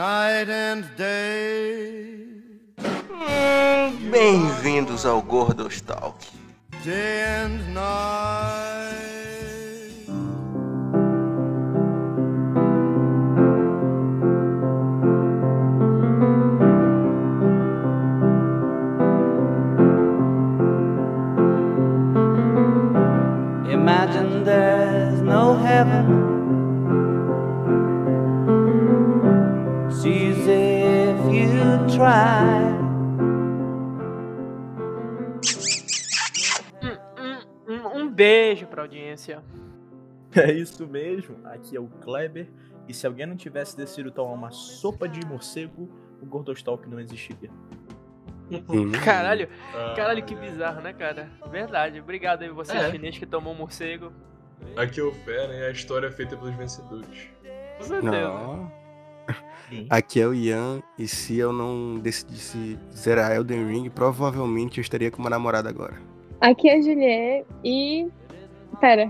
night and day. Bem-vindos ao Gordostalk. Day and night. Imagine there's no heaven. Sees if you try. Um beijo pra audiência. É isso mesmo, aqui é o Kleber. E se alguém não tivesse decidido tomar uma sopa de morcego, o Gordostalk não existiria. Caralho, que bizarro, né, cara? Verdade, obrigado aí você chinês que tomou um morcego. Aqui é o Fera e a história é feita pelos vencedores. Com certeza. Não. Aqui é o Ian, e se eu não decidisse zerar Elden Ring, provavelmente eu estaria com uma namorada agora. Aqui é a Juliette e... Pera.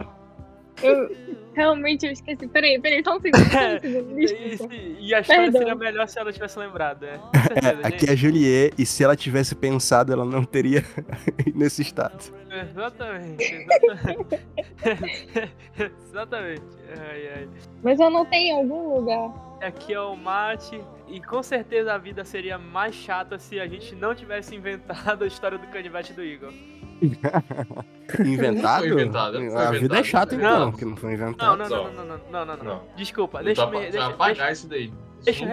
Eu esqueci. Peraí, só um segundo. Desculpa. E a história seria melhor se ela tivesse lembrado, né? Aqui é a Juliette, e se ela tivesse pensado, ela não teria nesse estado. Exatamente. Exatamente. Ai. Mas eu anotei em algum lugar. Aqui é o Mate, e com certeza a vida seria mais chata se a gente não tivesse inventado a história do canivete do Igor. Inventado? Não foi inventado. A vida é chata então, porque não foi inventado. Não. Desculpa, deixa eu apagar isso daí. Deixa eu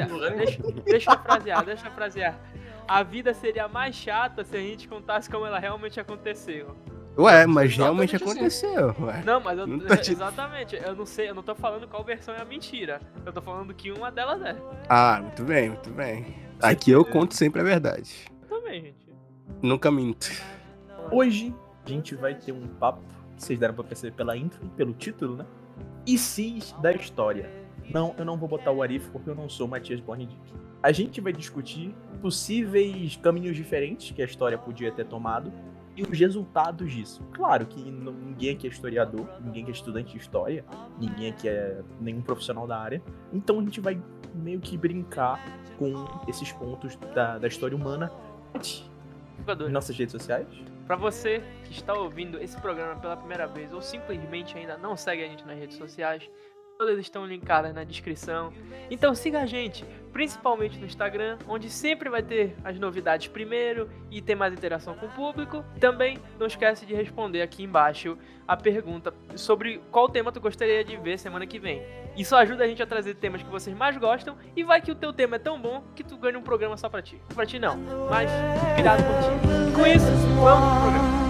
refrasear. A vida seria mais chata se a gente contasse como ela realmente aconteceu. Ué, mas realmente aconteceu. Ué. Não, mas exatamente, eu não tô falando qual versão é a mentira. Eu tô falando que uma delas é. Ah, muito bem. Aqui eu conto sempre a verdade. Também, gente. Nunca minto. Hoje a gente vai ter um papo, que vocês deram pra perceber pela intro e pelo título, né? E cis da história. Não, eu não vou botar o Arif porque eu não sou o Matias Bornedick. A gente vai discutir possíveis caminhos diferentes que a história podia ter tomado e os resultados disso. Claro que ninguém aqui é historiador, ninguém aqui é estudante de história, ninguém aqui é nenhum profissional da área. Então a gente vai meio que brincar com esses pontos da história humana em nossas redes sociais. Pra você que está ouvindo esse programa pela primeira vez ou simplesmente ainda não segue a gente nas redes sociais, todas estão linkadas na descrição. Então siga a gente, principalmente no Instagram, onde sempre vai ter as novidades primeiro e ter mais interação com o público. Também não esquece de responder aqui embaixo a pergunta sobre qual tema tu gostaria de ver semana que vem. Isso ajuda a gente a trazer temas que vocês mais gostam e vai que o teu tema é tão bom que tu ganha um programa só pra ti. Pra ti não, mas cuidado contigo. Com isso, vamos pro programa.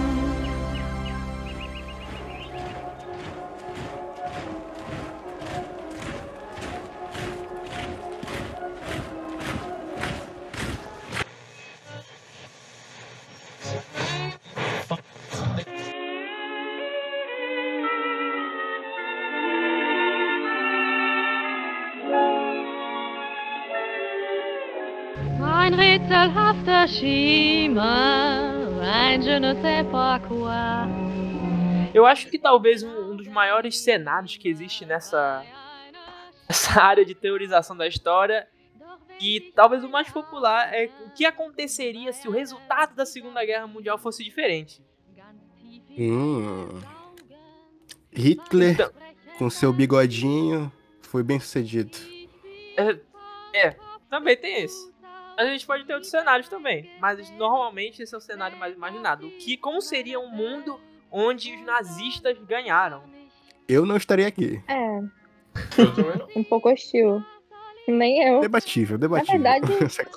Ein rätselhafter Schimmer, ein je ne sais pas quoi. Eu acho que talvez um dos maiores cenários que existe nessa área de teorização da história, e talvez o mais popular, é o que aconteceria se o resultado da Segunda Guerra Mundial fosse diferente. Hitler, então, com seu bigodinho, foi bem sucedido. Também tem isso. A gente pode ter outros cenários também, mas normalmente esse é o cenário mais imaginado. Como seria um mundo onde os nazistas ganharam? Eu não estaria aqui. Eu também não. Um pouco hostil. Nem eu. Debatível. Na verdade,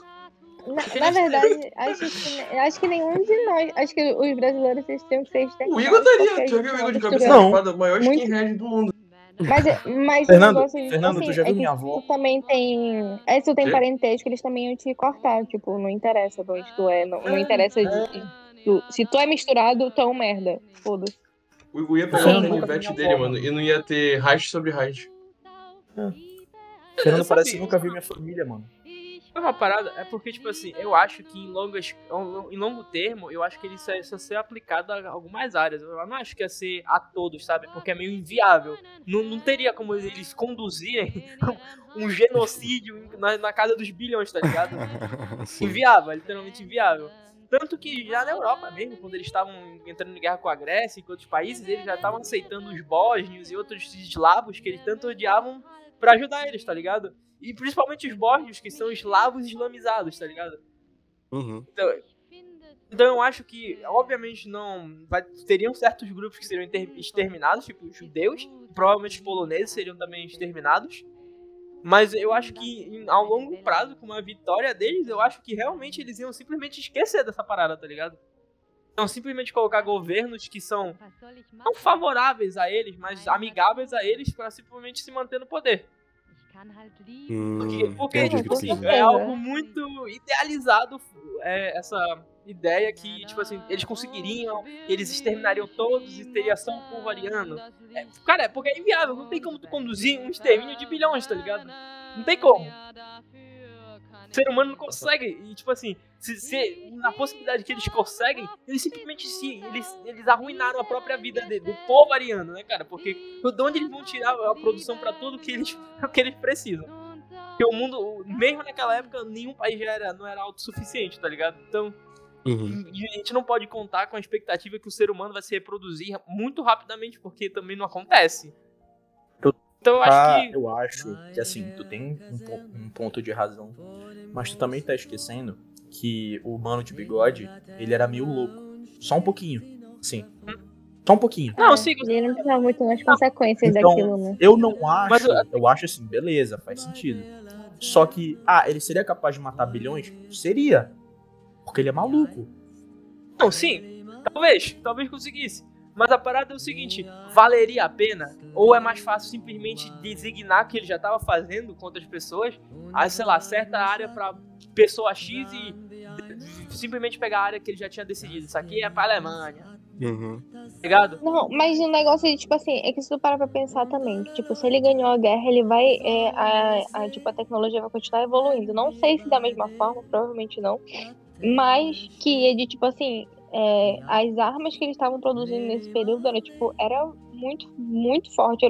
acho que nenhum de nós. Acho que os brasileiros eles têm que ser exterminados. O Igor estaria. Já viu o Igor de cabeça raspada, o maior skinhead do mundo. Mas Fernando, assim, tu já viu minha avó? Tu também tem. Se tu tem parentesco, eles também iam te cortar. Tipo, não interessa de onde tu é. Não interessa se tu é misturado, tu é um merda. Foda-se. O Igor ia pegar o canivete dele, mano, e não ia ter raio sobre raio. Fernando parece que nunca viu minha família, mano. É uma parada, é porque, tipo assim, eu acho que em longo termo, eu acho que ele só ia ser aplicado a algumas áreas. Eu não acho que ia ser a todos, sabe? Porque é meio inviável. Não teria como eles conduzirem um genocídio na casa dos bilhões, tá ligado? Inviável, literalmente inviável. Tanto que já na Europa mesmo, quando eles estavam entrando em guerra com a Grécia e com outros países, eles já estavam aceitando os bósnios e outros eslavos que eles tanto odiavam pra ajudar eles, tá ligado? E principalmente os bósnios, que são eslavos islamizados, tá ligado? Uhum. Então eu acho que, obviamente, teriam certos grupos que seriam exterminados, tipo os judeus, provavelmente os poloneses seriam também exterminados. Mas eu acho que ao longo prazo, com uma vitória deles, eu acho que realmente eles iam simplesmente esquecer dessa parada, tá ligado? Então simplesmente colocar governos que são não favoráveis a eles, mas amigáveis a eles pra simplesmente se manter no poder. Porque tipo assim, é algo muito idealizado, essa ideia que, tipo assim, eles conseguiriam, eles exterminariam todos e teria só um povo ariano. Cara, porque é inviável, não tem como tu conduzir um extermínio de bilhões, tá ligado? Não tem como. O ser humano não consegue, e tipo assim, se na possibilidade que eles conseguem, eles simplesmente eles arruinaram a própria vida do povo ariano, né, cara? Porque de onde eles vão tirar a produção pra tudo que eles precisam? Porque o mundo, mesmo naquela época, nenhum país não era autossuficiente, tá ligado? Então, a gente não pode contar com a expectativa que o ser humano vai se reproduzir muito rapidamente, porque também não acontece. Então eu acho que assim, tu tem um ponto de razão, mas tu também tá esquecendo que o mano de bigode, ele era meio louco. Só um pouquinho, sim. Só um pouquinho. Não, sim. Ele não pensava muito nas consequências daquilo, né? Eu não acho, eu acho assim, beleza, faz sentido. Só que, ele seria capaz de matar bilhões? Seria. Porque ele é maluco. Não, sim. Talvez conseguisse. Mas a parada é o seguinte, valeria a pena? Ou é mais fácil simplesmente designar que ele já estava fazendo com outras pessoas, sei lá, certa área pra pessoa X e simplesmente pegar a área que ele já tinha decidido. Isso aqui é pra Alemanha. Ligado? Não, mas o negócio é, tipo assim, é que se tu parar pra pensar também, que, tipo, se ele ganhou a guerra, ele vai, a tecnologia vai continuar evoluindo. Não sei se da mesma forma, provavelmente não, mas que, tipo assim, as armas que eles estavam produzindo nesse período era muito, muito forte.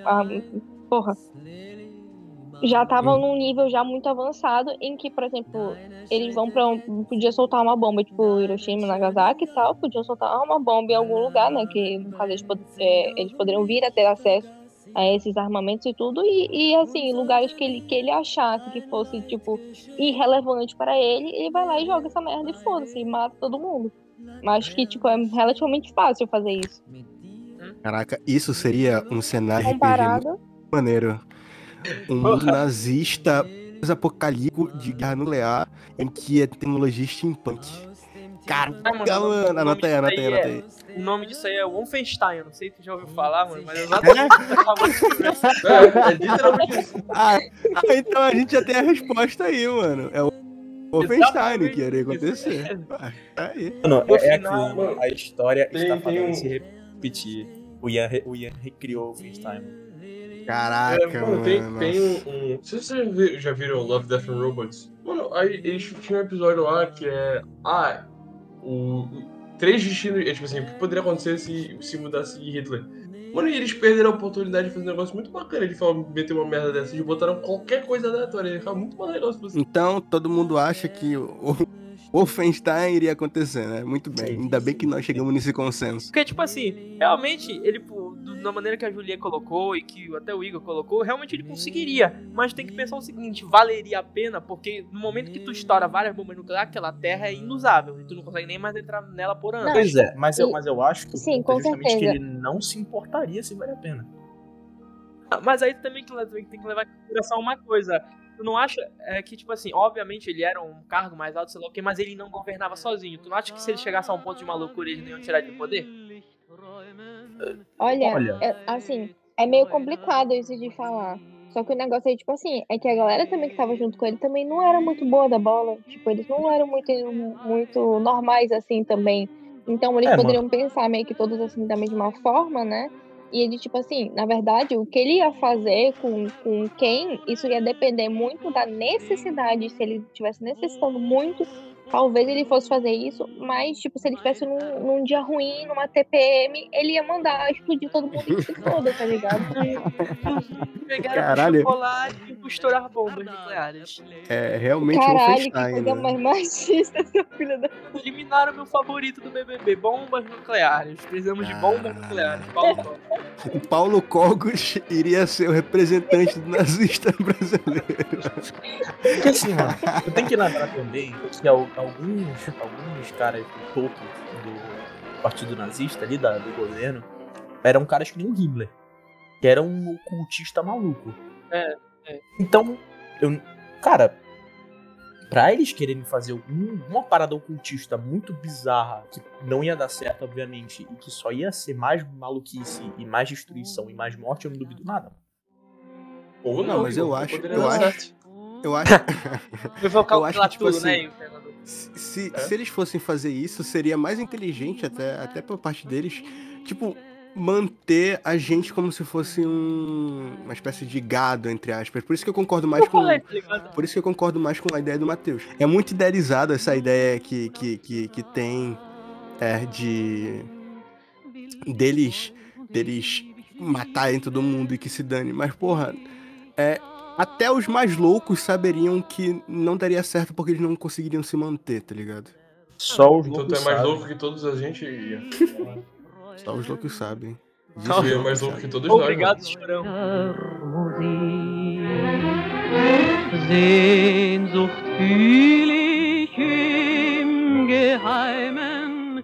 Já estavam num nível já muito avançado em que, por exemplo, eles vão podia soltar uma bomba, tipo Hiroshima, Nagasaki e tal, podiam soltar uma bomba em algum lugar, né, que no caso eles poderiam vir a ter acesso a esses armamentos e tudo, e assim, lugares que ele achasse que fosse, tipo, irrelevante para ele vai lá e joga essa merda e foda-se, e mata todo mundo. Mas que, tipo, é relativamente fácil fazer isso. Caraca, isso seria um cenário comparado RPG muito maneiro. Um mundo nazista, pós-apocalíptico de guerra nuclear, em que é tecnologia steampunk. Caraca, mano, anota aí. O nome disso aí é Wolfenstein, eu não sei se tu já ouviu falar, mano, mas é literalmente isso. Então a gente já tem a resposta aí, mano. É o Wolfenstein que iria acontecer. Aí. Mano, aquilo, a história está fazendo se repetir. O Ian recriou o Wolfenstein. Caraca, mano. Tem um... Se vocês já viram Love, Death and Robots? Mano, aí eles tinham um episódio lá que é... três destinos... tipo assim, o que poderia acontecer se mudasse Hitler? Mano, e eles perderam a oportunidade de fazer um negócio muito bacana de meter uma merda dessa. Eles botaram qualquer coisa aleatória. Ia ficar muito mais legal se fosse... Então, todo mundo acha que o Wolfenstein iria acontecer, né? Muito bem. Ainda bem que nós chegamos nesse consenso. Porque, tipo assim, realmente, ele, da maneira que a Julia colocou e que até o Igor colocou, realmente ele conseguiria. Mas tem que pensar o seguinte, valeria a pena, porque no momento que tu estoura várias bombas nucleares, aquela terra é inusável. E tu não consegue nem mais entrar nela por ano. Pois é, mas eu acho que sim, com justamente certeza. Que ele não se importaria se vale a pena. Mas aí também tem que levar em consideração uma coisa. Tu não acha que, tipo assim, obviamente ele era um cargo mais alto, sei lá o que, mas ele não governava sozinho. Tu não acha que se ele chegasse a um ponto de uma loucura, eles não iam tirar ele do poder? Olha, assim, é meio complicado isso de falar. Só que o negócio aí, tipo assim, é que a galera também que tava junto com ele também não era muito boa da bola. Tipo, eles não eram muito normais assim também. Então eles poderiam pensar meio que todos assim da mesma forma, né? E ele, tipo assim, na verdade, o que ele ia fazer com quem, isso ia depender muito da necessidade. Se ele estivesse necessitando muito, talvez ele fosse fazer isso. Mas, tipo, se ele estivesse num dia ruim, numa TPM, ele ia mandar explodir todo mundo e que se foda, tá ligado? Pegaram Caralho. o chocolate e estourar bombas nucleares. É realmente Caralho, que Wolfenstein, coisa né? mais machista, essa filha da... Eliminaram meu favorito do BBB, bombas nucleares. Precisamos de bombas nucleares. Paulo, O Paulo Cogos iria ser o representante do nazista brasileiro. Porque assim, mano, eu tenho que lembrar também que alguns caras do topo do partido nazista ali, do governo, eram caras que nem o Himmler, que era um ocultista maluco. É. Então, cara, pra eles quererem fazer uma parada ocultista muito bizarra, que não ia dar certo, obviamente, e que só ia ser mais maluquice e mais destruição e mais morte, eu não duvido nada. Ou Não, mas eu acho. poderia Eu dar acho. certo. Eu acho. eu vou calcular Eu acho que, tipo tudo, assim, né, Fernando? Se eles fossem fazer isso, seria mais inteligente, até por parte deles, tipo, manter a gente como se fosse uma espécie de gado, entre aspas. Por isso que eu concordo mais com. Por isso que eu concordo mais com a ideia do Matheus. É muito idealizada essa ideia que tem deles matarem todo mundo e que se dane. Mas, porra, até os mais loucos saberiam que não daria certo porque eles não conseguiriam se manter, tá ligado? Só os Então tu loucos é mais sabem. louco que todos a gente. Só os loucos sabem. Tu é mais louco que todos Obrigado, nós. Chorão. Sehnsucht fühl ich im Geheimen.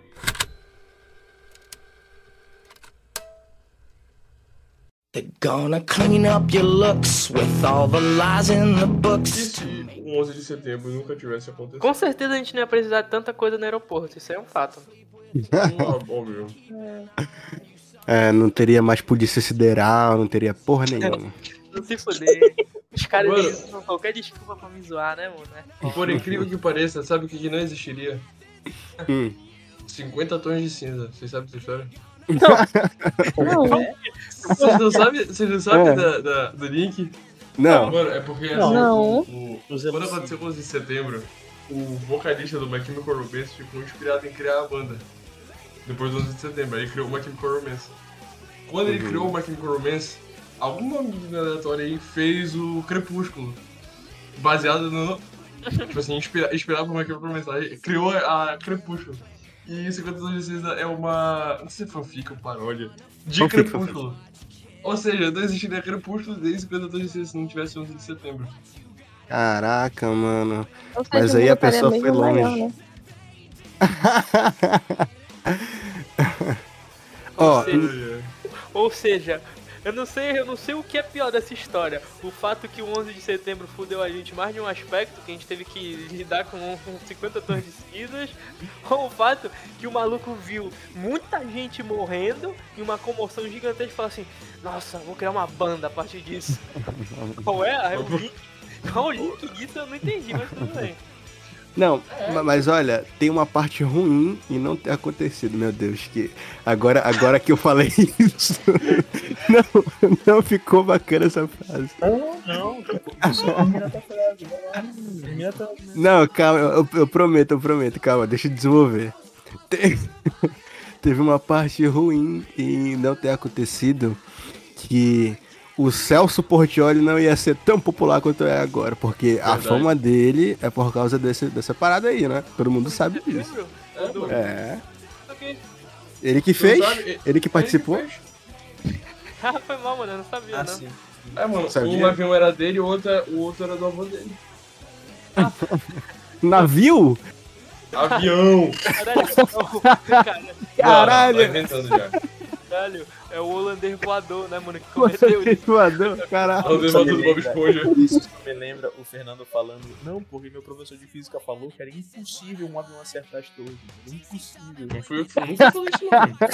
They're gonna clean up your looks with all the lies in the E books. se o 11 de setembro nunca tivesse acontecido? Com certeza a gente não ia precisar de tanta coisa no aeroporto, isso aí é um fato. Óbvio. Não teria mais polícia sideral, não teria porra nenhuma. Não se fuder. Os caras Mano. usam qualquer desculpa pra me zoar, né, mano? Por incrível que pareça, sabe o que não existiria? Hum. 50 tons de cinza. Vocês sabem dessa história? Não, Vocês não sabem do link? Não. Mano, é porque assim, Não. quando aconteceu com o 11 de setembro, o vocalista do My Chemical Romance ficou inspirado em criar a banda. Depois do 11 de setembro, aí criou o My Chemical Romance. Quando ele criou o My Chemical Romance, alguma menina aleatória aí fez o Crepúsculo. Baseado no... Tipo assim, inspirado no My Chemical Romance. Aí criou a Crepúsculo. E 50 Tons de Cinza é uma... Não sei se é fanfic ou paródia. De Fanfic, Crepúsculo. Ou seja, não existiria Crepúsculo desde 50 Tons de Cinza se não tivesse 11 de setembro. Caraca, mano. Ou seja, Mas o aí mundo a pessoa estaria foi mesmo longe. maior, né? Ó, Ou seja, eu não sei o que é pior dessa história. O fato que o 11 de setembro fudeu a gente mais de um aspecto, que a gente teve que lidar com 50 tons de cinzas, ou o fato que o maluco viu muita gente morrendo e uma comoção gigantesca e falou assim: nossa, vou criar uma banda a partir disso. Qual é? Qual o link disso? Eu não entendi, mas tudo bem. não, mas olha, tem uma parte ruim e não ter acontecido, meu Deus, que agora que eu falei isso, não ficou bacana essa frase. Não. Termina tua frase, vai lá. Termina tua... Não, calma, eu prometo, calma, deixa eu desenvolver. Teve uma parte ruim em não ter acontecido que o Celso Portiolli não ia ser tão popular quanto é agora, porque a fama dele é por causa dessa parada aí, né? Todo mundo sabe disso. É. Ele que fez? Ele que participou? Ah, foi mal, mano, eu não sabia, não. Sim. É, mano, Sabia? um avião era dele e o outro era do avô dele. Navio? Avião! Caralho! Tá inventando já. Caralho, é o holandês voador, né, mano, que cometeu isso. Voador, caralho. O levador do Bob Esponja. Isso me lembra o Fernando falando, não, porque meu professor de física falou que era impossível um avião acertar as torres. Impossível. Não fui eu que nunca falei isso,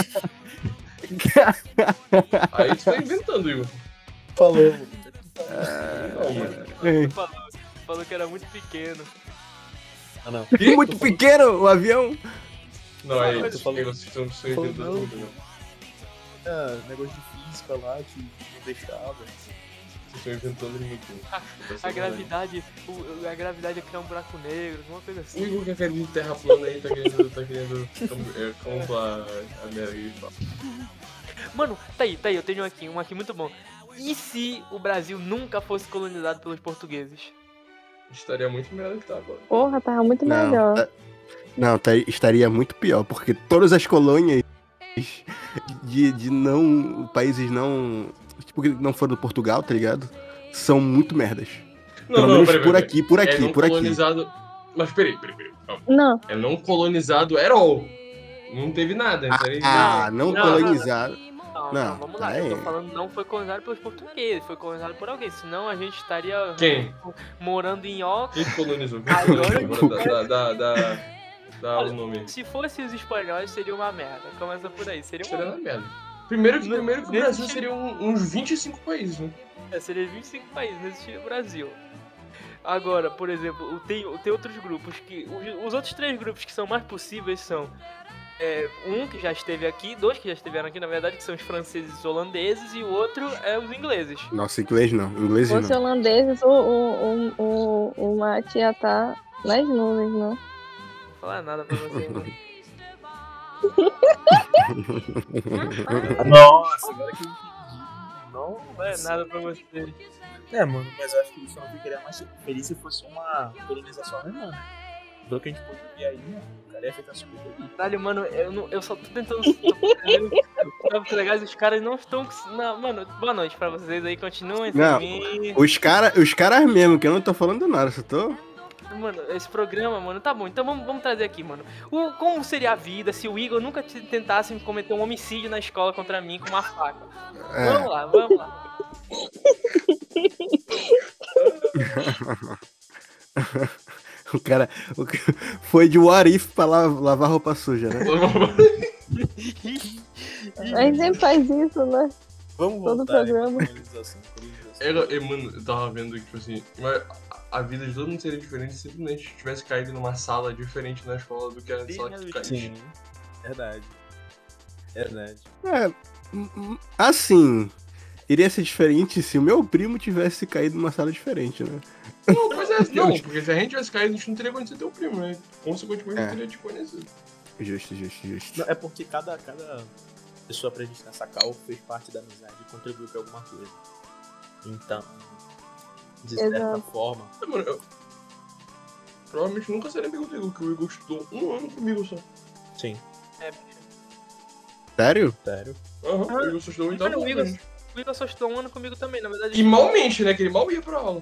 não. Aí tu tá inventando, Igor. Falou. Não, mano. Falou que era muito pequeno. Ah, não. Muito pequeno o avião. Não, aí tu tu falou- falou, vocês estão inventando tudo, né? negócio de física lá que não deixava. Vocês estão inventando muito. A gravidade é criar um buraco negro, alguma coisa O assim. Igor que acredita em terra plana aí tá querendo camuflar a merda aí. Mano, tá aí, eu tenho um aqui muito bom. E se o Brasil nunca fosse colonizado pelos portugueses? Estaria muito melhor do que tá agora. Porra, tava muito melhor. Estaria muito pior, porque todas as colônias de não. Países não. Tipo, que não foram do Portugal, tá ligado? São muito merdas. Pelo menos por aqui. É não colonizado. Mas peraí. Calma. Não. É não colonizado at all. Não teve nada. Não colonizado. Não, vamos lá. Eu tô falando não foi colonizado pelos portugueses, foi colonizado por alguém. Senão a gente estaria Quem? morando em Oca. Quem colonizou? Agora dá o nome. Se fosse os espanhóis, seria uma merda. Começa por aí. Seria uma merda. Primeiro que o Brasil seria uns 25 países, né? Seria 25 países, não existiria o Brasil. Agora, por exemplo, tem outros grupos que. Os outros 3 grupos que são mais possíveis são. Um que já esteve aqui, 2 que já estiveram aqui, na verdade, que são os franceses e os holandeses, e o outro é os ingleses. Nossa, inglês não. Ingleses não. Se fosse holandeses, o mate ia tá nas nuvens, não? Não vou falar nada pra você, não. Nossa, agora que eu entendi. Não é nada pra você. Mano, mas eu acho que isso não ficaria mais feliz se fosse uma colonização alemã, né? Pelo que a gente pode ver aí, né? O cara ia ficar super feliz. Caralho, mano, eu só tô tentando legais, os caras não estão. Não, mano, boa noite pra vocês aí, continuem não, os caras mesmo, que eu não tô falando nada, só tô. Mano, esse programa, mano, tá bom, então vamos trazer aqui, mano. Como seria a vida se o Igor nunca tentasse cometer um homicídio na escola contra mim com uma faca? Vamos lá. O cara foi de what if pra lavar roupa suja, né? A gente sempre faz isso, né? Vamos todo voltar programa. Mano, eu tava vendo que, tipo assim, a vida de todo mundo seria diferente se simplesmente tivesse caído numa sala diferente na escola do que a sala que tu caiu. Sim, verdade. Assim, iria ser diferente se o meu primo tivesse caído numa sala diferente, né? Não, mas não, porque se a gente tivesse caído, a gente não teria conhecido teu primo, né? Consequentemente, não teria te conhecido. Justo. Não, é porque cada pessoa pra gente nessa cal fez parte da amizade e contribuiu pra alguma coisa. Então, de certa forma... Mano, eu provavelmente nunca seria amigo do Igor, porque o Igor estudou 1 ano comigo só. Sim. Sério? Aham, o Igor só estudou 8 anos comigo. O Igor só estudou 1 ano comigo também, na verdade. E malmente, né? Que ele mal ia pra aula.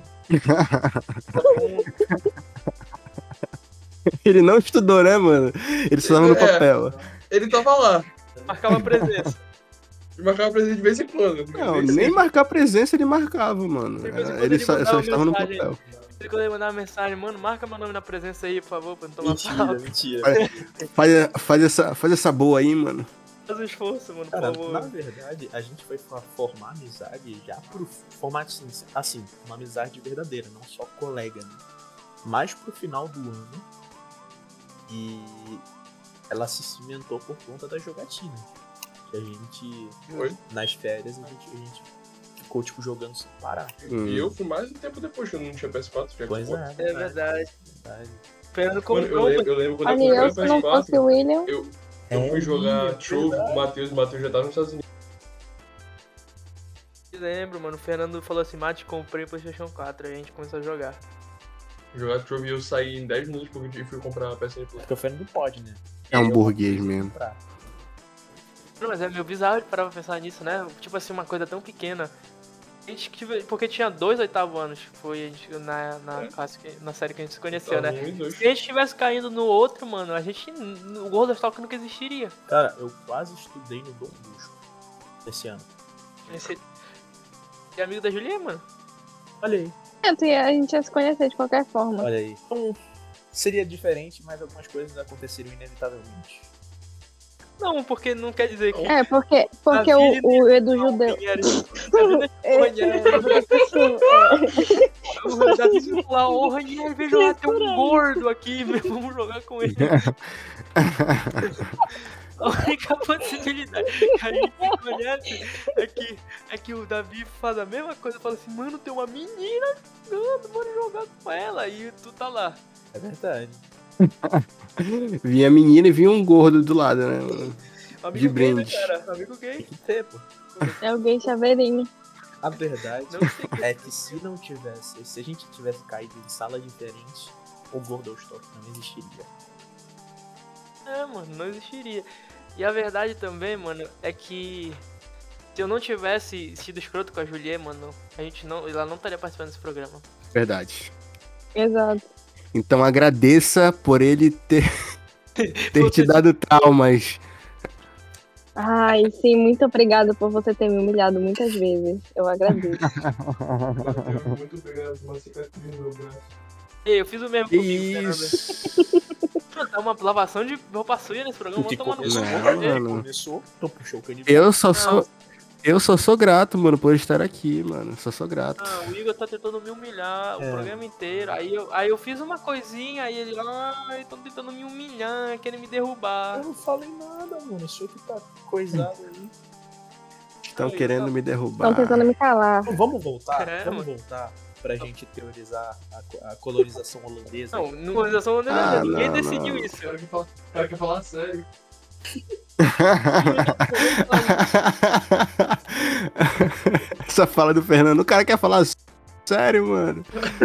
Ele não estudou, né, mano? Ele só tava no papel. Ele tava lá. Marcava presença. Ele marcava presença de vez em quando. Não, nem marcar presença ele marcava, mano. Ele só estava no papel. Quando ele mandava mensagem, mano, marca meu nome na presença aí, por favor, pra não tomar falta. Mentira. Faz essa boa aí, mano. Faz um esforço, mano, por Cara, favor. na verdade, a gente foi formar amizade já pro formato assim, uma amizade verdadeira, não só colega, né? Mas pro final do ano, e ela se cimentou por conta da jogatina. Que a gente, nas férias, a gente ficou, tipo, jogando sem parar. E eu fui mais um tempo depois, que eu não tinha PS4, tinha Pois Xbox. É verdade. Fernando, como eu lembro quando Ali, eu se comprei não o fosse PS4, o William... eu fui jogar Trove com o Matheus já tava nos Estados Unidos. Eu lembro, mano, o Fernando falou assim, Mate, comprei o PlayStation 4, aí a gente começou a jogar. Jogar Trove e eu saí em 10 minutos porque eu fui comprar a PSN Plus. Porque o Fernando pode, né? É um burguês mesmo. Não, mas é meio bizarro de parar pra pensar nisso, né? Tipo assim, uma coisa tão pequena. Porque tinha 2 oitavos anos, que foi a gente, na série que a gente se conheceu, né? Se a gente tivesse caindo no outro, mano, o World of Talk nunca existiria. Cara, eu quase estudei no Dom Bucho esse ano. Esse é amigo da Julia, mano? Olha aí. A gente ia se conhecer de qualquer forma. Olha aí. Então, seria diferente, mas algumas coisas aconteceriam inevitavelmente. Não, porque não quer dizer que... Porque o Edu Judeu... O Ranieri veio jogar, tem um gordo aqui, vamos jogar com ele. A única possibilidade que a gente conhece é que o Davi faz a mesma coisa, fala assim, mano, tem uma menina jogando, bora jogar com ela, e tu tá lá. É verdade. Vinha a menina e vinha um gordo do lado, né, mano? Amigo De gay, né, brinde. cara? Amigo gay. Tem que ter, pô. É alguém chaveirinho. A verdade Não sei. é que se a gente tivesse caído em salas diferentes, o Gordostock não existiria. É, mano, não existiria. E a verdade também, mano, é que se eu não tivesse sido escroto com a Juliette, mano, ela não estaria participando desse programa. Verdade. Exato. Então agradeça por ele ter te dado traumas. Ai, sim, muito obrigada por você ter me humilhado muitas vezes. Eu agradeço. Muito obrigado por uma cicatriz no meu braço. E eu fiz o mesmo comigo, Isso. Fernanda. Tá uma lavação de roupa suja nesse programa, Que vamos tomar no começou, cu. Não, ele mano. começou, então puxou o canivete. Eu só sou grato, mano, por estar aqui, mano. Só sou grato. Ah, o Igor tá tentando me humilhar o programa inteiro. Aí eu fiz uma coisinha, aí ele, ai, tão tentando me humilhar, querem me derrubar. Eu não falei nada, mano. O senhor que tá coisado aí. Estão querendo me derrubar. Estão tentando me calar. Então, vamos voltar? É, Vamos mano. voltar pra gente teorizar a colonização holandesa. Não, no colonização holandesa, ninguém decidiu isso. O cara quer falar sério. Essa fala do Fernando, o cara quer falar sério, mano.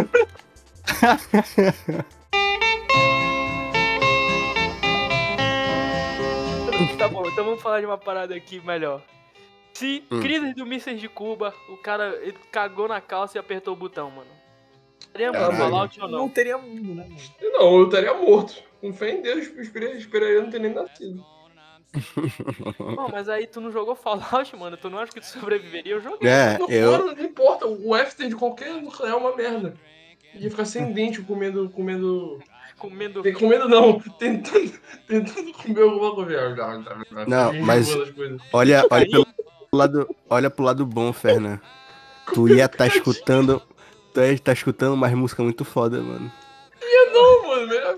Tá bom, então vamos falar de uma parada aqui melhor. Se crise do mísseis de Cuba, o cara ele cagou na calça e apertou o botão, mano. Teria Caralho. Fallout ou Não não? teria mundo, né, mano? Não, eu estaria morto. Com fé em Deus, esperaria não ter nem nascido. Não, mas aí tu não jogou Fallout, mano? Tu não acha que tu sobreviveria? Eu joguei. É, Não, eu. claro, não importa. O after de qualquer é uma merda. Ia ficar sem dente comendo. Comendo. Comendo não, tentando comer alguma coisa. Não, mas Enjoando as coisas. olha pro lado bom, Fernando. Tu ia tá escutando. Tu ia tá escutando umas músicas muito foda, mano. Não, mano, melhor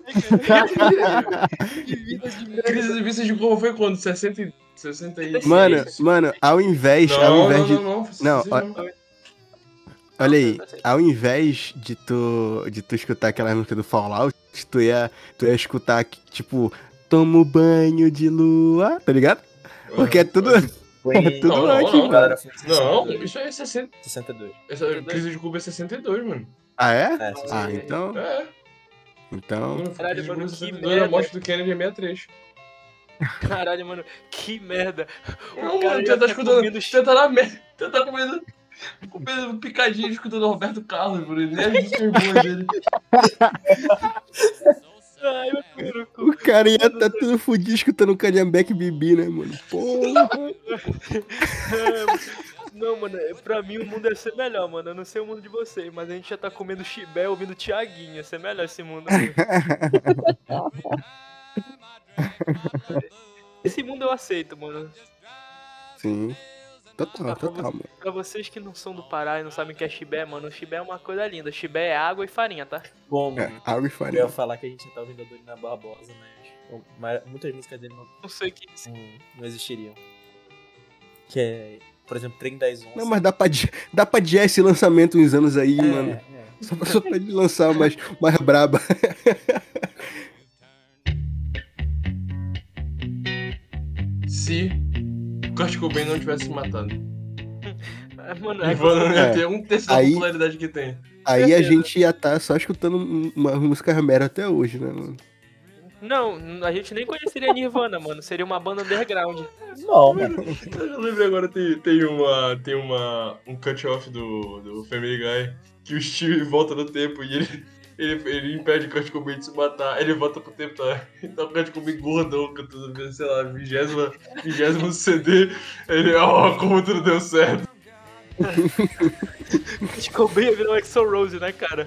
crise de vício de Cuba foi quando? 66? Mano, ao invés de. Não, olha aí, ao invés de tu escutar aquela música do Fallout, tu ia escutar, tipo, tomo banho de lua, tá ligado? Porque é tudo. É tudo antes, mano. Galera, Não, isso aí é 62. Essa crise de Cuba é 62, mano. Ah, é? É, Ah, então. É. Então. Crise de mano, Cuba é que 62, a merda. morte do Kennedy é 63. Caralho, mano, que merda. Não, cara mano, já você tá tá escutando. comendo Você tá na merda. Você tá comendo picadinho escutando o Roberto Carlos, por ele nem as músicas boas dele. Ai, eu tô no cu. O cara ia tá tudo fudido escutando o Calhambeque Bibi, né, mano? Porra. Não, mano, pra mim o mundo ia ser melhor, mano. Eu não sei o mundo de vocês, mas a gente já tá comendo chibé ouvindo Thiaguinho. Ia ser melhor esse mundo. Mano. Esse mundo eu aceito, mano. Sim. Total, mano. Pra vocês que não são do Pará e não sabem o que é chibé, mano, chibé é uma coisa linda. Chibé é água e farinha, tá? Bom, É, água e eu farinha. ia falar que a gente tá ouvindo a Dorina Barbosa, mas muitas músicas dele Não sei o que é isso. não existiriam. Que é, por exemplo, Trem das 11. Não, mas dá pra adiar esse lançamento uns anos aí, mano. Só pra ele lançar mais braba. Se o Kurt Cobain não tivesse se matado. Mano, Ivana não ia É. ter um terço da Aí- popularidade que tem. Aí a gente ia tá só escutando uma música mera até hoje, né, mano? não, a gente nem conheceria Nirvana, mano. Seria uma banda underground. Não, mano. Eu lembrei agora, tem um cut-off do Family Guy que o Steve volta no tempo e ele impede o Kurt Cobain de se matar. Ele volta pro tempo, tá? Então o Kurt Cobain gordão, cantando, sei lá, 20º CD. Ele, como tudo deu certo. Ficou bem a virar o Axl Rose, né, cara?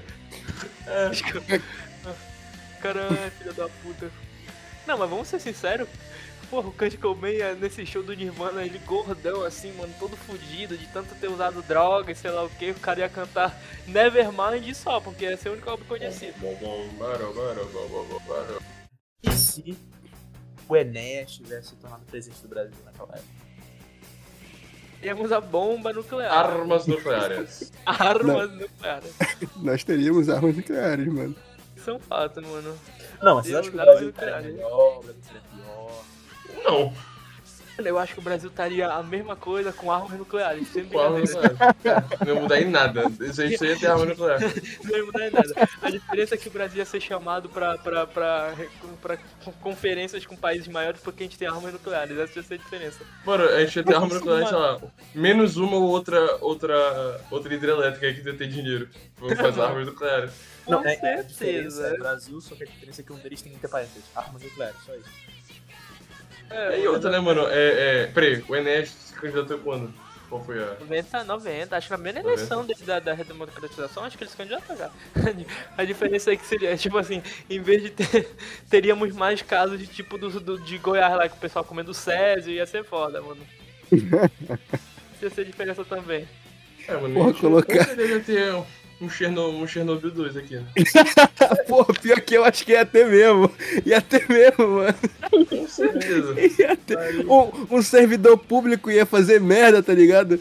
Caralho, filha da puta. Não, mas vamos ser sinceros. Porra, o Kurt Cobain nesse show do Nirvana, ele gordão assim, mano, todo fudido, de tanto ter usado droga e sei lá o que, o cara ia cantar Nevermind só, porque essa é a única obra conhecida. E se o Enéas tivesse se tornado presidente do Brasil naquela época? Temos a bomba nuclear. Armas nucleares. Armas nucleares. Nós teríamos armas nucleares, mano. Isso é um fato, mano. Não, mas vocês acham que o Temos Brasil armas estaria nucleares. melhor, o Brasil estaria pior? Não. Eu acho que o Brasil estaria a mesma coisa com armas nucleares. Sem Com arma brincadeira. nuclear. Não ia mudar em nada. Isso aí ia ter arma nuclear. Não ia mudar em nada. A diferença é que o Brasil ia ser chamado pra conferências com países maiores porque a gente tem armas nucleares. Essa ia ser a diferença. Mano, a gente ia ter arma nuclear, sei lá, menos uma ou outra hidrelétrica aí que ia ter dinheiro. Vamos fazer armas nucleares. Não, Com a diferença certeza. é o Brasil, só que a diferença é que um deles tem independência. Armas nucleares, só isso. E outra, né, mano? Peraí, o Enéas se candidatou quando? Qual foi a. 90, acho que na primeira eleição da redemocratização, acho que eles se candidatam já. A diferença é que seria, tipo assim, em vez de teríamos mais casos de tipo de Goiás lá, com o pessoal comendo Césio, ia ser foda, mano. Ia ser diferença também. Mano, Porra, a gente colocar- com certeza ia ter um Chernobyl 2 aqui, né? Pô, pior que eu acho que ia ter mesmo. Ia ter mesmo, mano. Com certeza. Ia ter. Um servidor público ia fazer merda, tá ligado?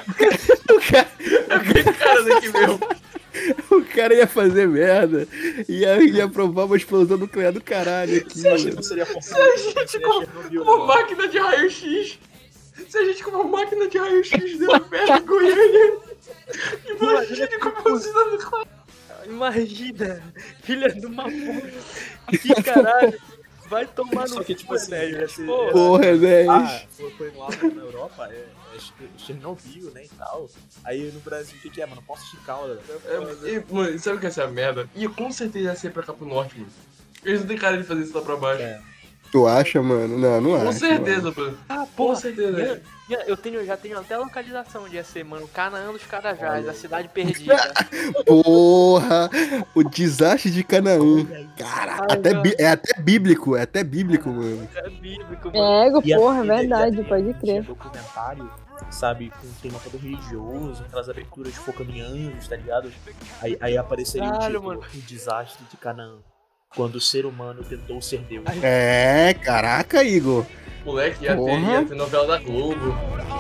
Aquele cara daqui mesmo. O cara ia fazer merda. Ia provar uma explosão nuclear do caralho aqui. Eu acho que mano. não seria Se a gente Chernobyl, com uma né? máquina de raio-x. Se a gente com uma máquina de raio-x deu merda em Goiânia. Imagine como a usina nuclear. Imagina, filha de uma puta. Que caralho. Vai tomar no Só que, tipo cu, assim, velho. esse- Porra, velho. Foi lá na Europa, é Chernobyl, né, e tal. Aí no Brasil, o que é, mano? Posso de calda. Mano, sabe o que é essa merda? E com certeza ia ser pra cá pro norte, mano. Eles não tem cara de fazer isso lá pra baixo. Tu acha, mano? Não acho. Com certeza, mano. Ah, Com porra, certeza. eu já tenho até a localização onde ia ser, mano. Canaã dos Carajás, a cidade perdida. Mano. Porra! O desastre de Canaã. Caraca, é até bíblico, mano. É bíblico, mano. Ego, E a- porra, e- verdade, e- pode tinha crer. documentário, sabe, com um tema todo religioso, aquelas aberturas focando em anjos, tá ligado? Aí apareceria Caralho, o título, mano. O Desastre de Canaã, quando o ser humano tentou ser Deus. É, caraca, Igor. Moleque, ia Porra. ter novela da Globo.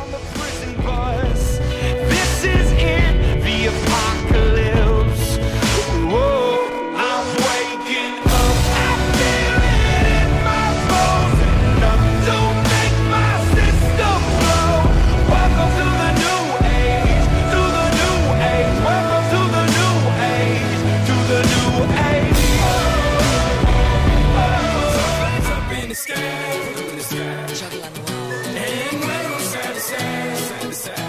This is it, the apocalypse. Whoa, I'm waking up. I feel it in my bones. Enough to make my system blow. Welcome to the new age, to the new age. Welcome to the new age, to the new age. So up in the sky, up in the sky. And when I'm sad to sad.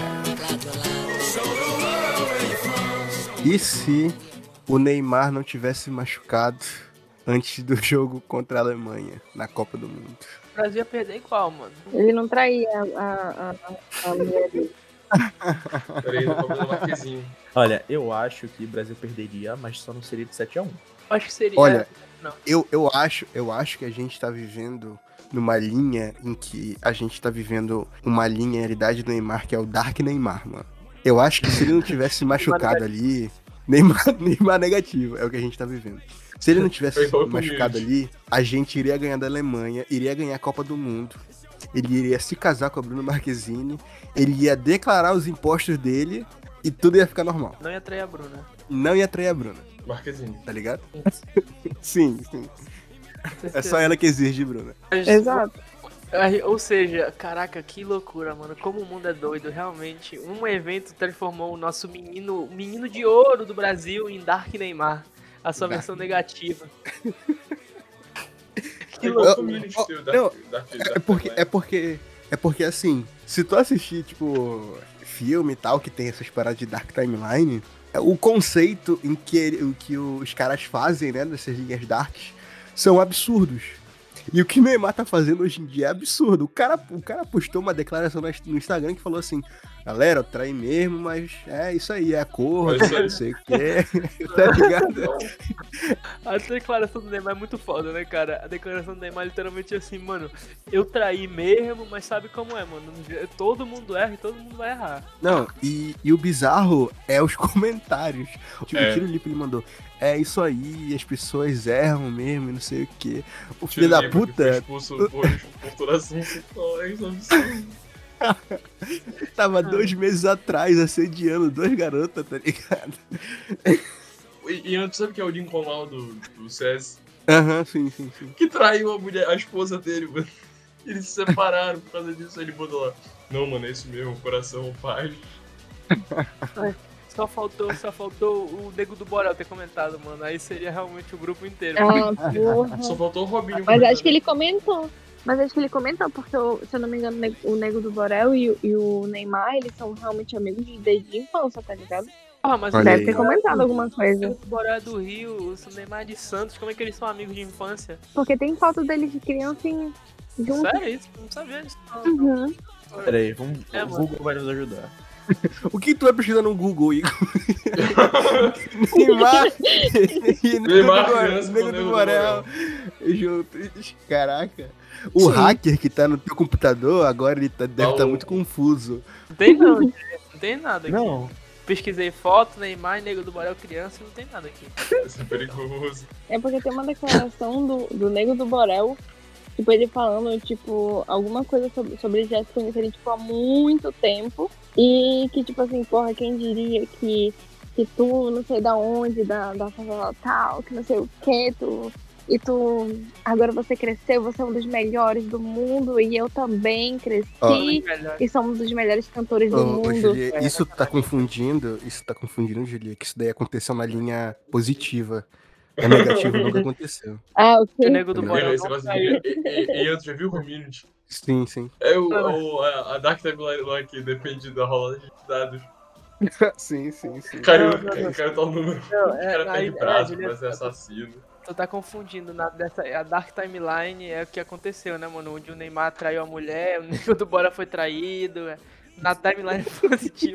E se o Neymar não tivesse machucado antes do jogo contra a Alemanha na Copa do Mundo? O Brasil ia perder igual, mano. Ele não traía a mulher dele. Peraí, eu vou fazer um marquezinho. Olha, eu acho que o Brasil perderia, mas só não seria de 7-1. Acho que seria. Olha, não. eu acho que a gente tá vivendo numa linha em que a gente tá vivendo uma linearidade do Neymar, que é o Dark Neymar, mano. Eu acho que se ele não tivesse machucado ali, Neymar negativo, é o que a gente tá vivendo. Se ele não tivesse Foi igual machucado comigo. ali, a gente iria ganhar da Alemanha, iria ganhar a Copa do Mundo, ele iria se casar com a Bruna Marquezine, ele ia declarar os impostos dele e tudo ia ficar normal. Não ia trair a Bruna. Não ia trair a Bruna, Marquezinho. tá ligado? Sim. É só ela que exige, Bruna. Exato. Ou seja, caraca, que loucura, mano. Como o mundo é doido, realmente. Um evento transformou o nosso menino de ouro do Brasil em Dark Neymar. A sua versão negativa. Que louco. louco. É porque assim, se tu assistir, tipo, filme e tal, que tem essas paradas de Dark Timeline, o conceito em que os caras fazem, né, dessas linhas darks, são absurdos. E o que o Neymar tá fazendo hoje em dia é absurdo. O cara postou uma declaração no Instagram que falou assim: galera, eu traí mesmo, mas é isso aí, é acordo, não sei o que. Tá ligado? A declaração do Neymar é muito foda, né, cara? A declaração do Neymar é literalmente assim, mano, eu traí mesmo, mas sabe como é, mano? Todo mundo erra e todo mundo vai errar. Não, e o bizarro é os comentários. Tipo, o Tiro Lipe ele mandou: é isso aí, as pessoas erram mesmo e não sei o que. O filho da puta Expulso por toda assunto. É isso absurdo. tava 2 meses atrás assediando 2 garotas, tá ligado? E antes, sabe que é o Lincoln lá do CS? Aham, sim. Que traiu a esposa dele, mano. Eles se separaram por causa disso, aí ele botou lá. Não, mano, é isso mesmo, coração, paz. Só faltou o Nego do Borel ter comentado, mano. Aí seria realmente o grupo inteiro. Ah, porra. Só faltou o Robinho. Mas acho que ele comentou. Porque, se eu não me engano, o Nego do Borel e o Neymar, eles são realmente amigos desde a infância, tá ligado? Ah, mas Olha Deve aí. ter comentado alguma O coisa. Nego do Borel é do Rio, o Neymar é de Santos. Como é que eles são amigos de infância? Porque tem foto deles de criancinha junto. Sério isso? Não sabia disso. Não. Uhum. Pera aí, vamos, É, o mano. Google vai nos ajudar. O que tu vai pesquisar no Google, Igor? Neymar e Neymar, criança, Nego com do Nego do Borel juntos. Caraca. O hacker que tá no teu computador, agora ele deve estar muito confuso. Não tem não, gente. Não tem nada aqui. Não, Pesquisei foto, Neymar e Nego do Borel criança, não tem nada aqui. Isso é perigoso. É porque tem uma declaração do Nego do Borel, tipo, ele falando, tipo, alguma coisa sobre eles já se conhecerem, tipo, há muito tempo. E que, tipo assim, porra, quem diria que tu, não sei da onde, da favela tal, que não sei o que, e tu, agora você cresceu, você é um dos melhores do mundo, e eu também cresci, e somos os melhores cantores do Ô, mundo. Julia, isso tá confundindo, Julia, que isso daí aconteceu na linha positiva. A negativa nunca aconteceu. Ah, O ok. Nego do Borel Esse não negócio saiu. e antes, já viu o Community? Sim. É a Dark Timeline lá que depende da rolagem de dados. Sim. O cara tá o número. Não, O cara aí- perde braço, Juliana, vai ser assassino. Tu tá confundindo. A Dark Timeline é o que aconteceu, né, mano? Onde o Neymar traiu a mulher, o Nego do Borel foi traído. Na timeline positiva.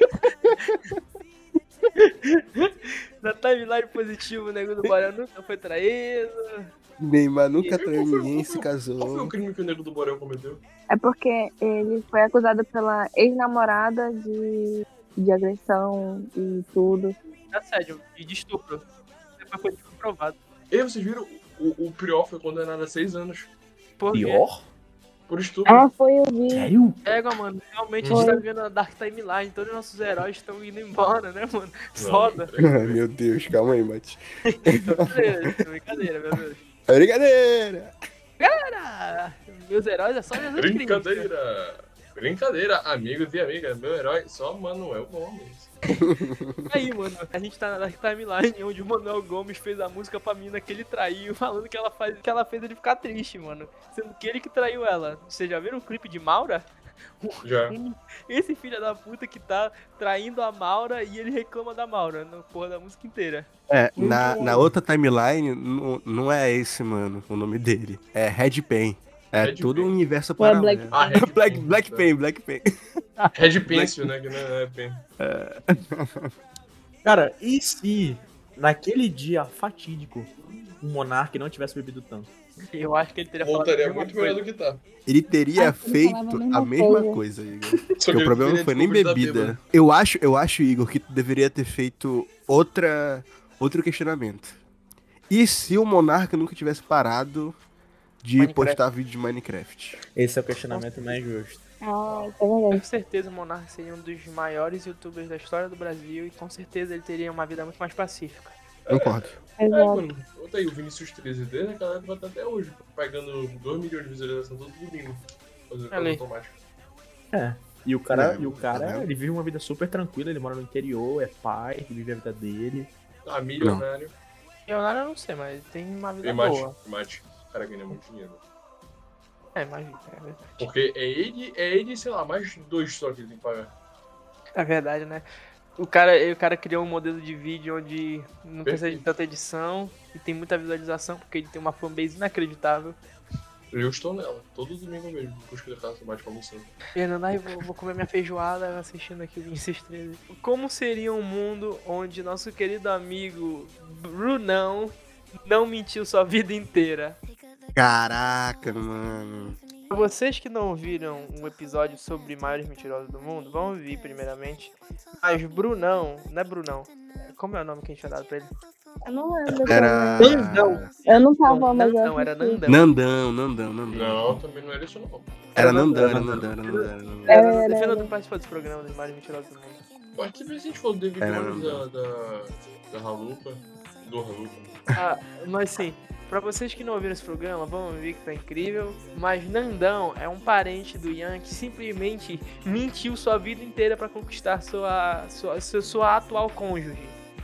Na timeline positiva, o Nego do Borel nunca foi traído. Neymar nunca traiu ninguém, se Qual foi o casou. crime que o Nego do Borel cometeu? É porque ele foi acusado pela ex-namorada de agressão e tudo. Assédio e de estupro. Depois foi comprovado. E vocês viram? O Prior foi condenado a 6 anos Por quê? pior? por estupro. Ah, foi, eu vi. Sério? Pega, mano. Realmente a Foi. gente tá vivendo a Dark Timeline. Todos os nossos heróis estão indo embora, né, mano? Não, Foda. Ai, meu Deus, calma aí, Mate. Brincadeira, meu Deus. É brincadeira! Cara, meus heróis é só Jesus Cristo. Brincadeira, amigos e amigas. Meu herói, só Manuel Gomes. Aí, mano, a gente tá na Dark Timeline, onde o Manuel Gomes fez a música pra mina que ele traiu, falando que ela fez ele ficar triste, mano. Sendo que ele que traiu ela. Vocês já viram o clipe de Maura? Já. Esse filho da puta que tá traindo a Maura e ele reclama da Maura, na porra da música inteira. É, na outra timeline, não é esse, mano, o nome dele. É Red Pen. É Red todo Pen. um universo Ou é paralelo. Ah, Red Pen. Black Pen. Red Pencil, né? Que não é Pen. Cara, e se naquele dia fatídico o Monark não tivesse bebido tanto? Eu acho que ele teria Voltaria falado a muito mesma melhor coisa. do que tá. Ele teria Acho que ele feito falava a mesma coisa, Igor. Só Porque ele o problema teria não foi nem descobrido da bebida. bêbada. Eu acho, Igor, que tu deveria ter feito outro questionamento. E se o Monarca nunca tivesse parado de Minecraft. postar vídeo de Minecraft? Esse é o questionamento mais justo. Ah, isso é verdade. Com certeza o Monark seria um dos maiores youtubers da história do Brasil e com certeza ele teria uma vida muito mais pacífica. Concordo. Exato. Mano, olha aí, o Vinicius 13 desde aquela época tá até hoje, pegando 2 milhões de visualizações todo domingo. Fazendo Ali. coisa automática. É. E o cara, Tá vendo? ele vive uma vida super tranquila, ele mora no interior, é pai, vive a vida dele. Ah, milionário. Leonardo eu não sei, mas tem uma vida E mate, boa. o cara ganha muito dinheiro. É, mas é verdade. Porque é ele, sei lá, mais 2 só que ele tem que pagar. É verdade, né? O cara criou um modelo de vídeo onde não precisa de tanta edição e tem muita visualização porque ele tem uma fanbase inacreditável. Eu estou nela, todo domingo eu vejo, busco da casa mate pra almoçando. Fernando, aí vou comer minha feijoada assistindo aqui o Vinicius 13. Como seria um mundo onde nosso querido amigo Brunão não mentiu sua vida inteira? Caraca, mano. Pra vocês que não viram um episódio sobre maiores mentirosos do mundo, vão ouvir primeiramente. Mas Brunão, não é Brunão. Como é o nome que a gente tinha dado pra ele? Eu não lembro. Era. Nandão. Eu não tava, mas eu Nandão, era assisti. Nandão. Nandão. Não, também não era isso não. Era Nandão. Defenda não participar desse programa das mais mentirosas do mundo. Mas que vez a gente falou do David Era Jones Nandão. da Halupa? Do Halupa. Ah, mas sim, pra vocês que não ouviram esse programa, vão ver que tá incrível. Mas Nandão é um parente do Ian que simplesmente mentiu sua vida inteira pra conquistar sua atual cônjuge.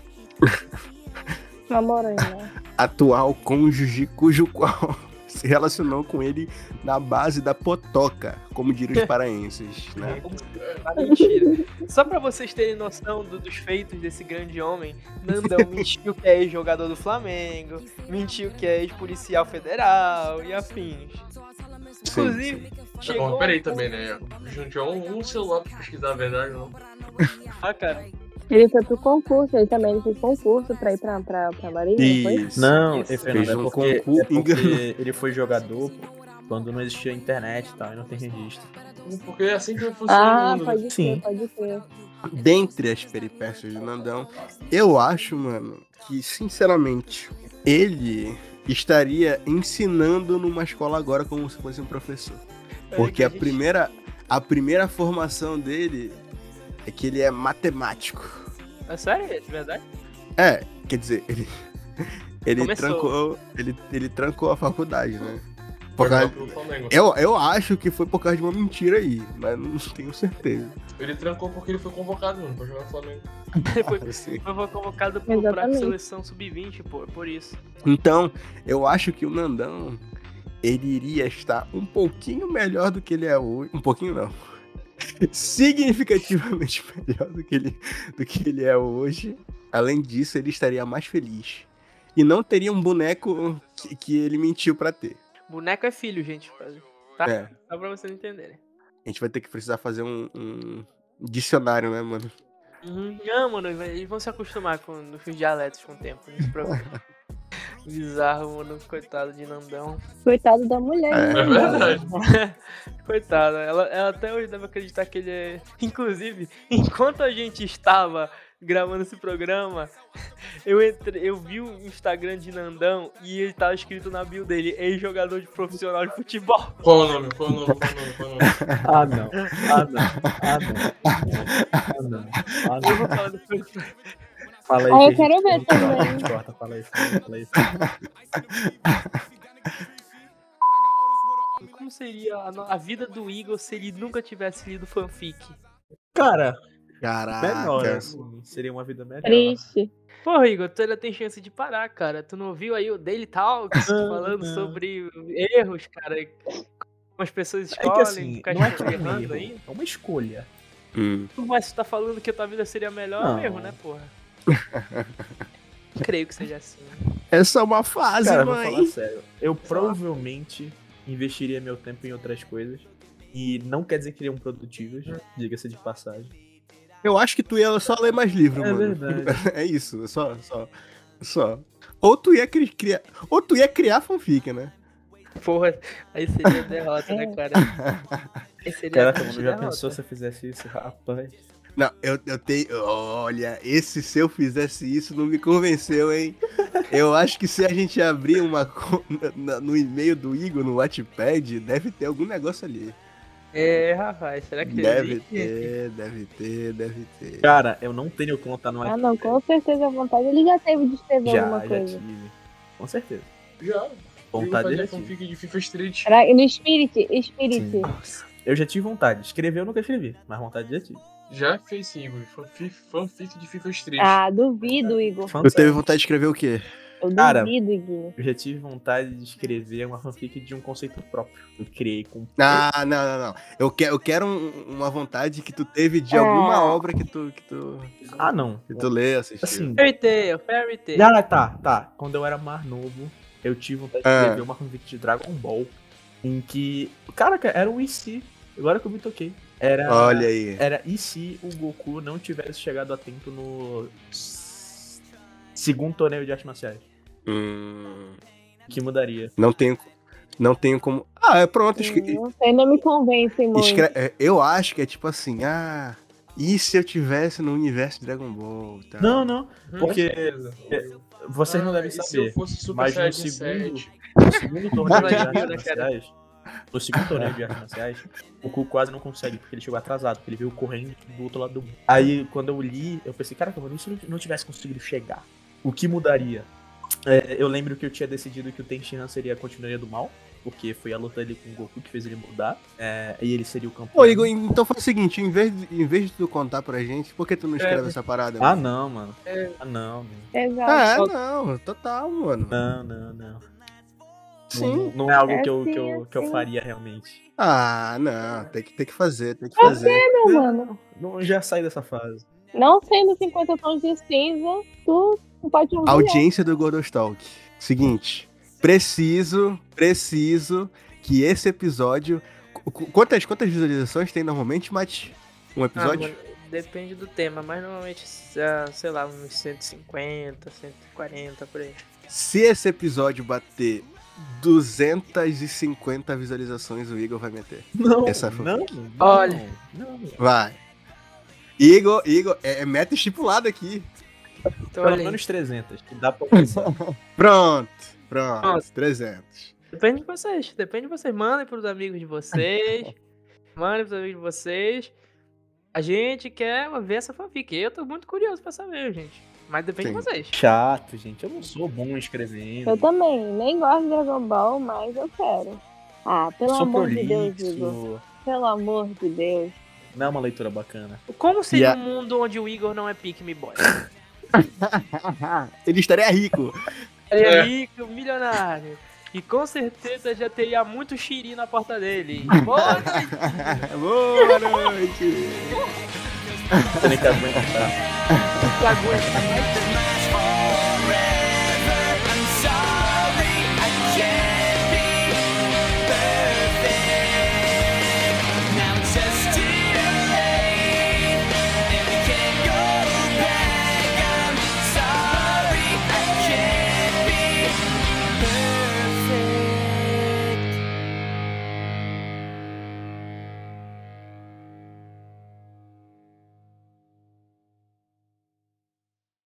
Uma morena. Atual cônjuge cujo qual se relacionou com ele na base da potoca, como diriam os paraenses, né? Ah, mentira. Só pra vocês terem noção dos feitos desse grande homem, Nandão mentiu que é ex-jogador do Flamengo, mentiu que é ex-policial federal e afins. Inclusive, Tá chegou... bom, peraí também, né? A gente não tinha um celular pra pesquisar a verdade, não. Ah, cara. Ele foi pro concurso, ele fez concurso pra ir pra Marinha, não foi? Isso. Não, Isso. Fernando, Fez um é porque enganou. ele foi jogador quando não existia internet e tal, e não tem registro. Porque é assim que funciona o mundo. Pode Sim. ser. Dentre as peripécias do Nandão, eu acho, mano, que, sinceramente, ele estaria ensinando numa escola agora como se fosse um professor. Porque a primeira formação dele é que ele é matemático. É sério? É verdade? É, quer dizer, ele Começou. trancou a faculdade, né? Por Por causa- pelo Flamengo. eu acho que foi por causa de uma mentira aí, mas não tenho certeza. Ele trancou porque ele foi convocado, mano, pra jogar no Flamengo. Assim. Foi convocado pra Exatamente. seleção sub-20, pô, por isso. Então, eu acho que o Nandão, ele iria estar um pouquinho melhor do que ele é hoje. Um pouquinho não. Significativamente melhor do que ele é hoje. Além disso, ele estaria mais feliz. E não teria um boneco que ele mentiu pra ter. Boneco é filho, gente. Tá? É. Só pra vocês entenderem. A gente vai ter que precisar fazer um dicionário, né, mano? Não, mano, eles vão se acostumar com os dialetos com o tempo. Não se preocupe. Bizarro, mano. Coitado de Nandão. Coitado da mulher. É. né? É verdade. Coitado, ela até hoje deve acreditar que ele é. Inclusive, enquanto a gente estava gravando esse programa, eu vi o Instagram de Nandão e ele tava escrito na bio dele, ex-jogador de profissional de futebol. Qual o nome? Ah, não. Eu vou falar depois. Fala aí. Ah, eu que quero a ver gente também. a gente corta, fala aí. Como seria a vida do Igor se ele nunca tivesse lido fanfic? Cara, Caraca. melhor, assim. Seria uma vida melhor. Triste. Porra, Igor, tu ainda tem chance de parar, cara. Tu não viu aí o Daily Talks falando sobre erros, cara? Como as pessoas É escolhem, que assim, ficar não é que é um errando erro, aí. é uma escolha. Mas tu tá falando que a tua vida seria melhor, é um Não. erro, né, porra? Creio que seja assim. Essa é uma fase, Cara, eu vou mãe. falar sério. Eu provavelmente investiria meu tempo em outras coisas. E não quer dizer que seriam produtivas, diga-se de passagem. Eu acho que tu ia só ler mais livro, É mano. verdade. É isso, só. Ou tu ia criar fanfic, né? Porra, aí seria derrota, né, cara? Aí seria Caraca, a mano, já derrota. pensou se eu fizesse isso? Rapaz. Não, eu tenho. Olha, se eu fizesse isso não me convenceu, hein? Eu acho que se a gente abrir uma conta no e-mail do Igor, no Wattpad, deve ter algum negócio ali. É, rapaz, será que Deve existe? ter. Cara, eu não tenho conta no Ah, não, com certeza a vontade ele já teve de escrever alguma Já coisa. tive. Com certeza. Já. Vontade eu já fazia tive. fanfic de FIFA Street. No Spirit. Sim. Eu já tive vontade. Escrever eu nunca escrevi, mas vontade já tive. Já fez sim, Igor. Fanfic de FIFA Street. Ah, duvido, Igor. Eu teve vontade de escrever o quê? Eu Cara, duvido, Igor. Eu já tive vontade de escrever uma fanfic de um conceito próprio. Eu criei com. Ah, não. Eu quero uma vontade que tu teve de alguma obra que tu Ah, não. que tu lê, assistiu. Assim. Fairy Tail. Ah, tá. Quando eu era mais novo, eu tive vontade de escrever uma fanfic de Dragon Ball. Em que. Caraca, era um e se. Agora que eu me toquei. Olha aí. Era e se o Goku não tivesse chegado a tempo no segundo torneio de artes marciais? Que mudaria? Não tenho como. Ah, é pronto. Não sei, não me convence muito. Eu acho que é tipo assim, e se eu tivesse no universo de Dragon Ball? Tá? Não, porque Vocês não devem E se eu saber, fosse Super mas no Saiyajin segundo torneio de artes marciais, no segundo torneio de artes marciais, o Goku quase não consegue, porque ele chegou atrasado, porque ele veio correndo do outro lado do mundo. Aí, quando eu li, eu pensei, caraca, mano, e se eu não tivesse conseguido chegar? O que mudaria? Eu lembro que eu tinha decidido que o Tenshinhan seria a continuaria do mal, porque foi a luta dele com o Goku que fez ele mudar, e ele seria o campeão. Ô, Igor, então faz o seguinte, em vez de tu contar pra gente, por que tu não escreve essa parada? Ah, mano? não, mano. Ah, não, mano. Exato. Não, total, mano. Não. Sim. Não é algo É que eu, sim, que, eu, é que eu sim. faria realmente. Ah, não, tem que fazer, tem que Por fazer. que, meu mano? Não, já saí dessa fase. Não sendo 50 tons de cinza, tu não pode ouvir. Audiência do Gordostalk. Seguinte, preciso que esse episódio... Quantas visualizações tem normalmente, Mati? Um episódio? mano, depende do tema, mas normalmente, sei lá, uns 150, 140, por aí. Se esse episódio bater 250 visualizações, o Igor vai meter. Não, Essa foi- não. Olha. Não. Vai. Igor, é meta estipulada aqui. Então, Pelo olha aí. menos 300, que dá pra pensar. Pronto. Nossa. 300. Depende de vocês. Mandem pros amigos de vocês. A gente quer ver essa fanfic. Eu tô muito curioso pra saber, gente. Mas depende Sim. de vocês. Chato, gente. Eu não sou bom escrevendo. Eu também, nem gosto de Dragon Ball, mas eu quero. Ah, pelo Sou amor de Deus, prolixo. Igor. Pelo amor de Deus. Não é uma leitura bacana. Como seria Yeah. um mundo onde o Igor não é pick me boy? Ele estaria rico. Ele é rico, milionário. E com certeza já teria muito xiri na porta dele. Boa noite. Boa noite. Você nem que aguenta, tá? Aguenta.